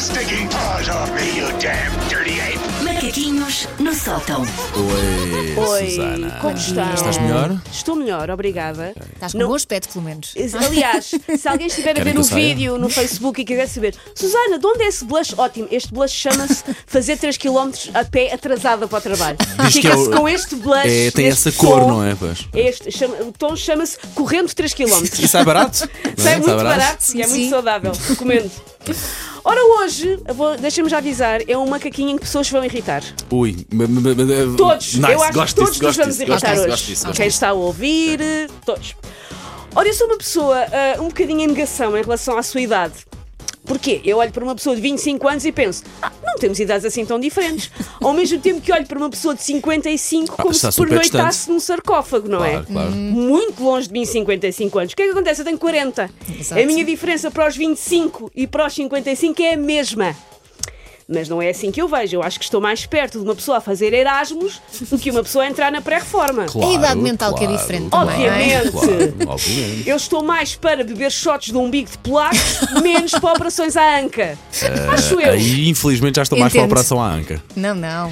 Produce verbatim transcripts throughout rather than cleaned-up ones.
stinking paws off me, you damn dirty ape! Macaquinhos no sótão. Oi, Oi, Susana. como estão? Estás melhor? Estou melhor, obrigada. Estás com Não- bom aspecto, pelo menos. Aliás, se alguém estiver a Querem ver que o eu saia? vídeo no Facebook e quiser saber, Susana, de onde é esse blush? Ótimo, este blush chama-se fazer três quilómetros a pé atrasada para o trabalho. Diz que é Fica-se o- com este blush. É, tem neste essa cor, tom. não é? Pois. Este, chama- o tom chama-se correndo três quilómetros. E sai barato? Não Sai é? muito barato e é Sim, muito sim. saudável. Recomendo. Ora, hoje, eu vou- deixa-me já avisar, é um macaquinho em que pessoas vão irritar. Ui. ma- ma- ma- Todos, Nice. eu acho Gosto que todos disso, nos gosto vamos disso, irritar gosto hoje. disso, gosto disso, gosto Quem disso. está a ouvir, eh, todos. Ora, eu sou uma pessoa ah, um bocadinho em negação em relação à sua idade. Porquê? Eu olho para uma pessoa de vinte e cinco anos e penso, ah, não temos idades assim tão diferentes. Ao mesmo tempo que olho para uma pessoa de cinquenta e cinco Ah, como está se super pernoitasse distante. num sarcófago, não Claro, é? claro. Muito longe de mim, cinquenta e cinco anos. O que é que acontece? Eu tenho quarenta. Exato. A minha diferença para os vinte e cinco e para os cinquenta e cinco é a mesma. Mas não é assim que eu vejo. Eu acho que estou mais perto de uma pessoa a fazer Erasmus do que uma pessoa a entrar na pré-reforma. Claro, É a idade mental que é claro, diferente claro, também, não é? Obviamente. Claro, obviamente. Eu estou mais para beber shots de umbigo de polacos, menos para operações à anca. Acho eu. Aí, infelizmente, já estou mais para a Entendo. operação à anca. Não, não.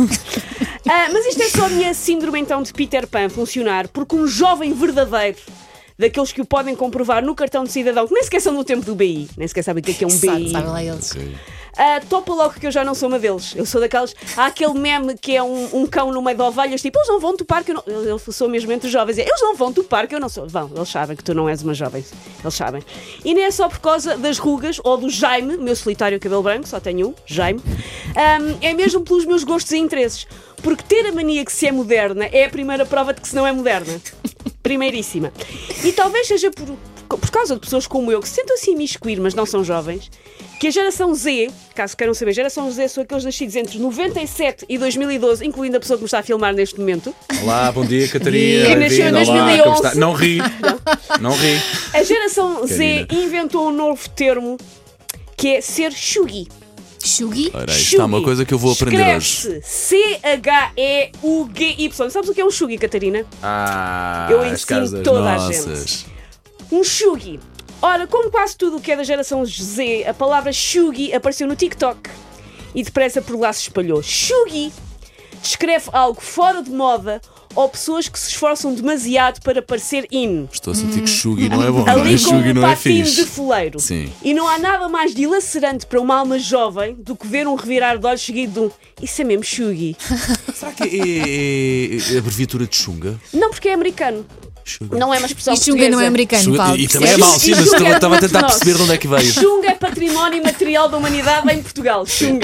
Ah, mas isto é só a minha síndrome então de Peter Pan funcionar, porque um jovem verdadeiro, daqueles que o podem comprovar no cartão de cidadão, que nem sequer são do tempo do B I, nem sequer sabem o que é, que é um B Sabe, I. sabe lá eles. Ok. Ah, topa logo que eu já não sou uma deles. Eu sou daquelas. Há aquele meme que é um, um cão no meio de ovelhas, tipo, eles não vão topar que eu não. Eu, eu sou mesmo entre os jovens. é, Eles não vão topar que eu não sou. Vão, eles sabem que tu não és uma jovem. Eles sabem. E nem é só por causa das rugas ou do Jaime, meu solitário cabelo branco, só tenho um, Jaime. Ahm, é mesmo pelos meus gostos e interesses. Porque ter a mania que se é moderna é a primeira prova de que se não é moderna. Primeiríssima. E talvez seja por, por causa de pessoas como eu que se tentam assim imiscuir, mas não são jovens, que a geração Z, caso queiram saber, a geração Z são aqueles nascidos entre noventa e sete e dois mil e doze, incluindo a pessoa que me está a filmar neste momento. Olá, bom dia, Catarina. Que nasceu em Bem-vinda. dois mil e Olá, como onze. está? Não ri. Não ri. A geração Z Carina. inventou um novo termo que é ser chugui. Shuggy? Ora, isto está uma coisa que eu vou aprender hoje. Escreve-se C H E U G Y. Sabes o que é um chugui, Catarina? Ah, Eu as ensino casas toda a nossas. Um chugui. Ora, como quase tudo o que é da geração Z, a palavra chugui apareceu no TikTok e depressa por lá se espalhou. Chugui descreve algo fora de moda ou pessoas que se esforçam demasiado para parecer in. Estou a sentir que Shuggy não é bom. não é? Ali com Shuggy um não é patinho fixe. de foleiro. Sim. E não há nada mais dilacerante para uma alma jovem do que ver um revirar de olhos seguido de um isso é mesmo chugui. Será que é, é, é abreviatura de chunga? Não, porque é americano. Shuggy. Não é uma expressão E Shunga portuguesa. não é americano, Shuggy- Paulo. E também é percebes? mau, sim, E mas Shunga é estava a muito tentar nosso. perceber de onde é que veio. Xunga é património imaterial da humanidade em Portugal. Xunga.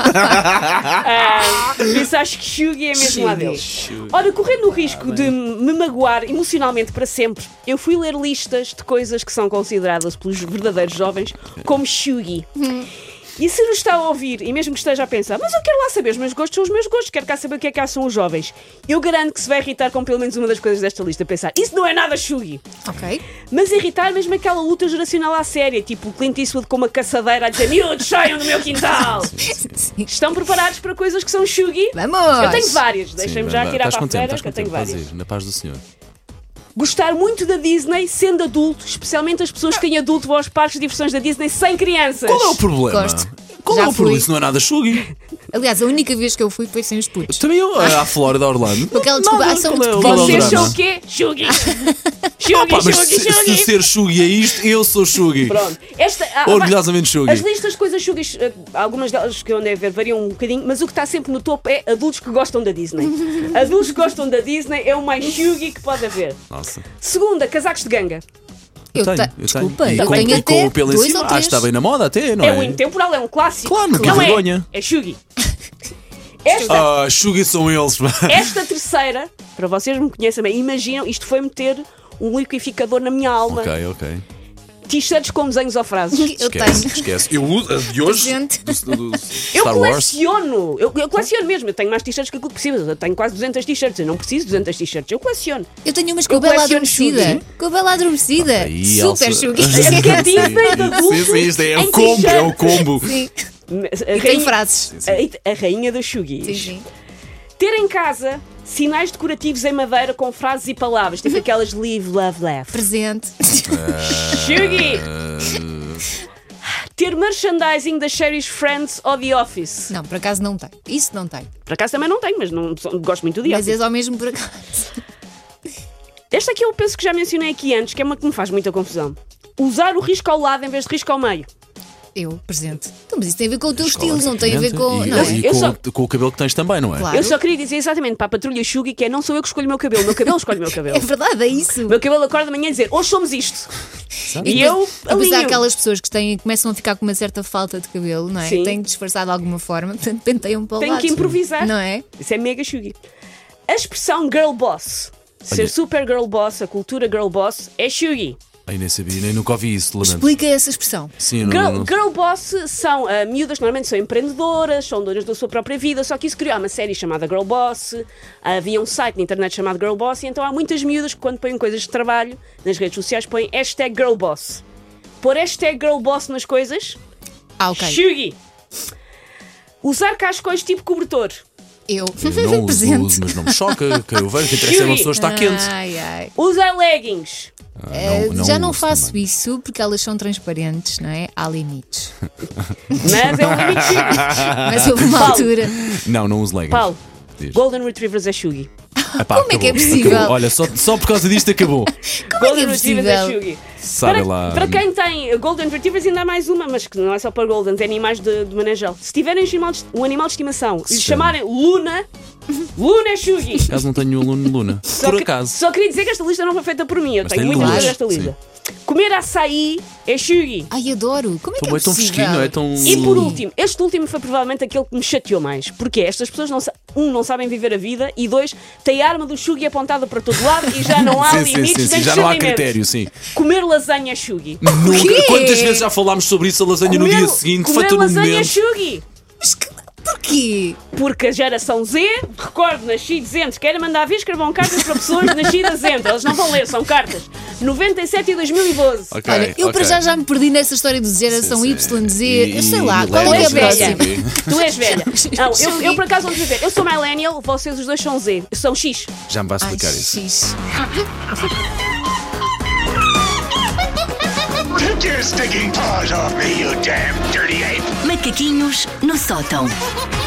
Ah, por isso acho que Xugui é mesmo lá deles. Ora, correndo o risco de me magoar emocionalmente para sempre, eu fui ler listas de coisas que são consideradas pelos verdadeiros jovens como Xugui. E se nos está a ouvir, e mesmo que esteja a pensar, mas eu quero lá saber, os meus gostos são os meus gostos, quero cá saber o que é que cá são os jovens, eu garanto que se vai irritar com pelo menos uma das coisas desta lista, pensar, isso não é nada Xugui. Ok. Mas irritar mesmo aquela luta geracional à séria, tipo o Clint Eastwood com uma caçadeira a dizer miúdos, saiam do meu quintal. Sim. Estão preparados para coisas que são Xugui? Vamos! Eu tenho várias, Sim, deixem-me vai, já vai. tirar Estás para a com tempo, feira, estás que eu com tenho tempo, várias. podes ir, na paz do Senhor. Gostar muito da Disney sendo adulto, especialmente as pessoas que têm adulto vão aos parques de diversões da Disney sem crianças. Qual é o problema? Gosto. Qual Já é o problema? fui. Isso não é nada Shuggy. Aliás, a única vez que eu fui foi sem os putos. Também eu, à Flórida, Orlando. Com aquela desculpa, Nada, ah, são qual é muito o- qual é o Vocês drama? são o quê? Xugui. Pá, Xugui, mas Xugui, se, se Xugui. ser Shuggy é isto, eu sou Shuggy. Pronto. Esta, ah, Orgulhosamente Shuggy. As listas de coisas Shuggies, eh, algumas delas que eu andei a ver variam um bocadinho, mas o que está sempre no topo é adultos que gostam da Disney. Adultos que gostam da Disney é o mais Shuggy que pode haver. Nossa. Segunda, casacos de ganga. Eu tenho, te- eu tenho. Desculpa, E eu com, tenho e até com o pelo em dois cima, ou acho que três. está bem na moda até, não É é? um intemporal, é um clássico. Claro, que não vergonha. é. É Shuggy. Esta, Ah, Shuggy são eles. esta terceira, para vocês me conhecem bem, imaginam, isto foi meter um liquidificador na minha alma. Ok, ok. T-shirts com desenhos ou frases. Eu Esquece, tenho. esquece. Eu uso a de hoje. Presente. Do, do, do Eu Star Wars. coleciono, eu, eu coleciono mesmo, eu tenho mais t-shirts que aquilo que preciso, eu tenho quase duzentas t-shirts, eu não preciso de duzentas t-shirts, eu coleciono. Eu tenho umas com Eu a Bela coleciono Adormecida. Shuggy. Com a Bela Adormecida. Aí, Super Elsa. Shuggy. É que a Disney de adulto Sim, sim, isto é, é em o combo, é o t-shirt. combo. Sim. A E tem rainha, frases. a, a rainha dos Shuggies. Sim, sim. Ter em casa sinais decorativos em madeira com frases e palavras, tipo aquelas live, love, laugh. Presente. Shuggy! Ter merchandising das séries Friends ou The Office. Não, por acaso não tem. Isso não tem. Por acaso também não tenho, mas não, só- gosto muito do The Mas Office. és ao mesmo por acaso. Esta aqui eu penso que já mencionei aqui antes, que é uma que me faz muita confusão. Usar o risco ao lado em vez de risco ao meio. Eu, presente. Então, mas isso tem a ver com o teu Escola, estilo, não tem a ver com. E, Não é? e Eu com, só- com o cabelo que tens também, não é? Claro. Eu só queria dizer exatamente para a patrulha Shugi que é não sou eu que escolho o meu cabelo, o meu cabelo escolhe o meu cabelo. É verdade, é isso. O meu cabelo acorda de manhã e dizer hoje somos isto. E, depois- eu depois há alinho. aquelas pessoas que têm, começam a ficar com uma certa falta de cabelo, não é? Sim. Têm de disfarçar de alguma forma, portanto penteiam para o Tenho lado. que improvisar. Não é? Isso é mega Shugi. A expressão girl boss, ser Olha. super girl boss, a cultura girl boss, é Shugi. Ai, nem sabia, nem nunca ouvi isso, lamento. Explica essa expressão. Sim, não, Girl, não- girl boss são uh, miúdas que normalmente são empreendedoras, são donas da sua própria vida, só que isso criou uma série chamada Girl Boss, havia um site na internet chamado Girl Boss, e então há muitas miúdas que quando põem coisas de trabalho nas redes sociais põem hashtag Girl Boss. Pôr hashtag Girl Boss nas coisas, Ah, ok. Shugi. Usar cascões tipo cobertor. Eu. Eu não uso, Presente. uso, mas não me choca, que eu vejo, o que interessa é uma pessoa estar quente. Ai, ai. Usar leggings. Ah, Eh, Já não uso faço também. isso porque elas são transparentes, não é? Há limites. Mas é um limite Shugi. Mas houve uma Paulo. altura. Não, não uso leggings. Paulo, Diz. Golden Retrievers é Shugi. Epá, Como é que é acabou, possível? acabou. Olha, só, só por causa disto acabou. Como é Golden que é Retrievers é possível? Shugi. Sabe Para, lá. para quem tem Golden Retrievers ainda há mais uma, mas que não é só para Golden, é animais de, de manejo. Se tiverem um animal de- um animal de estimação e lhe Sim. chamarem Luna, Luna é Shugi. Por acaso não tenho um aluno Luna. Só Por que- acaso. Só queria dizer que esta lista não foi feita por mim, eu Mas tenho tem muitas Lunas, desta lista. Comer açaí é Shugi. Ai, adoro. Como é que Pô, é é tão possível? fresquinho, é tão. E por último, este último foi provavelmente aquele que me chateou mais. Porque estas pessoas, não sa- um, não sabem viver a vida e dois, têm a arma do Shugi apontada para todo lado e já não há Sim, sim, limites sim, nem sim, já não há discernimento. critério, sim. Comer lasanha é Shugi. Nunca, quantas vezes já falámos sobre isso, a lasanha no Comer- dia seguinte, comer feita no lasanha é momento. Shugi. Mas que- porquê? Porque a geração Z, recordo, nascidos entre, querem mandar vir, escrevam cartas para pessoas nascidas entre. Eles não vão ler, são cartas. noventa e sete e dois mil e doze. Ok, Olha, eu para ok. já já me perdi nessa história de geração Sim, sim. Y, Z, E- eu sei e lá, qual é que é a millennials, próxima? velha. Tu és velha. Não, eu, eu por acaso vou dizer, eu sou millennial, vocês os dois são Z. São X. Já me vai Ai, explicar isso. X. Take your stinking paws off me, you damn dirty ape! Macaquinhos no sótão.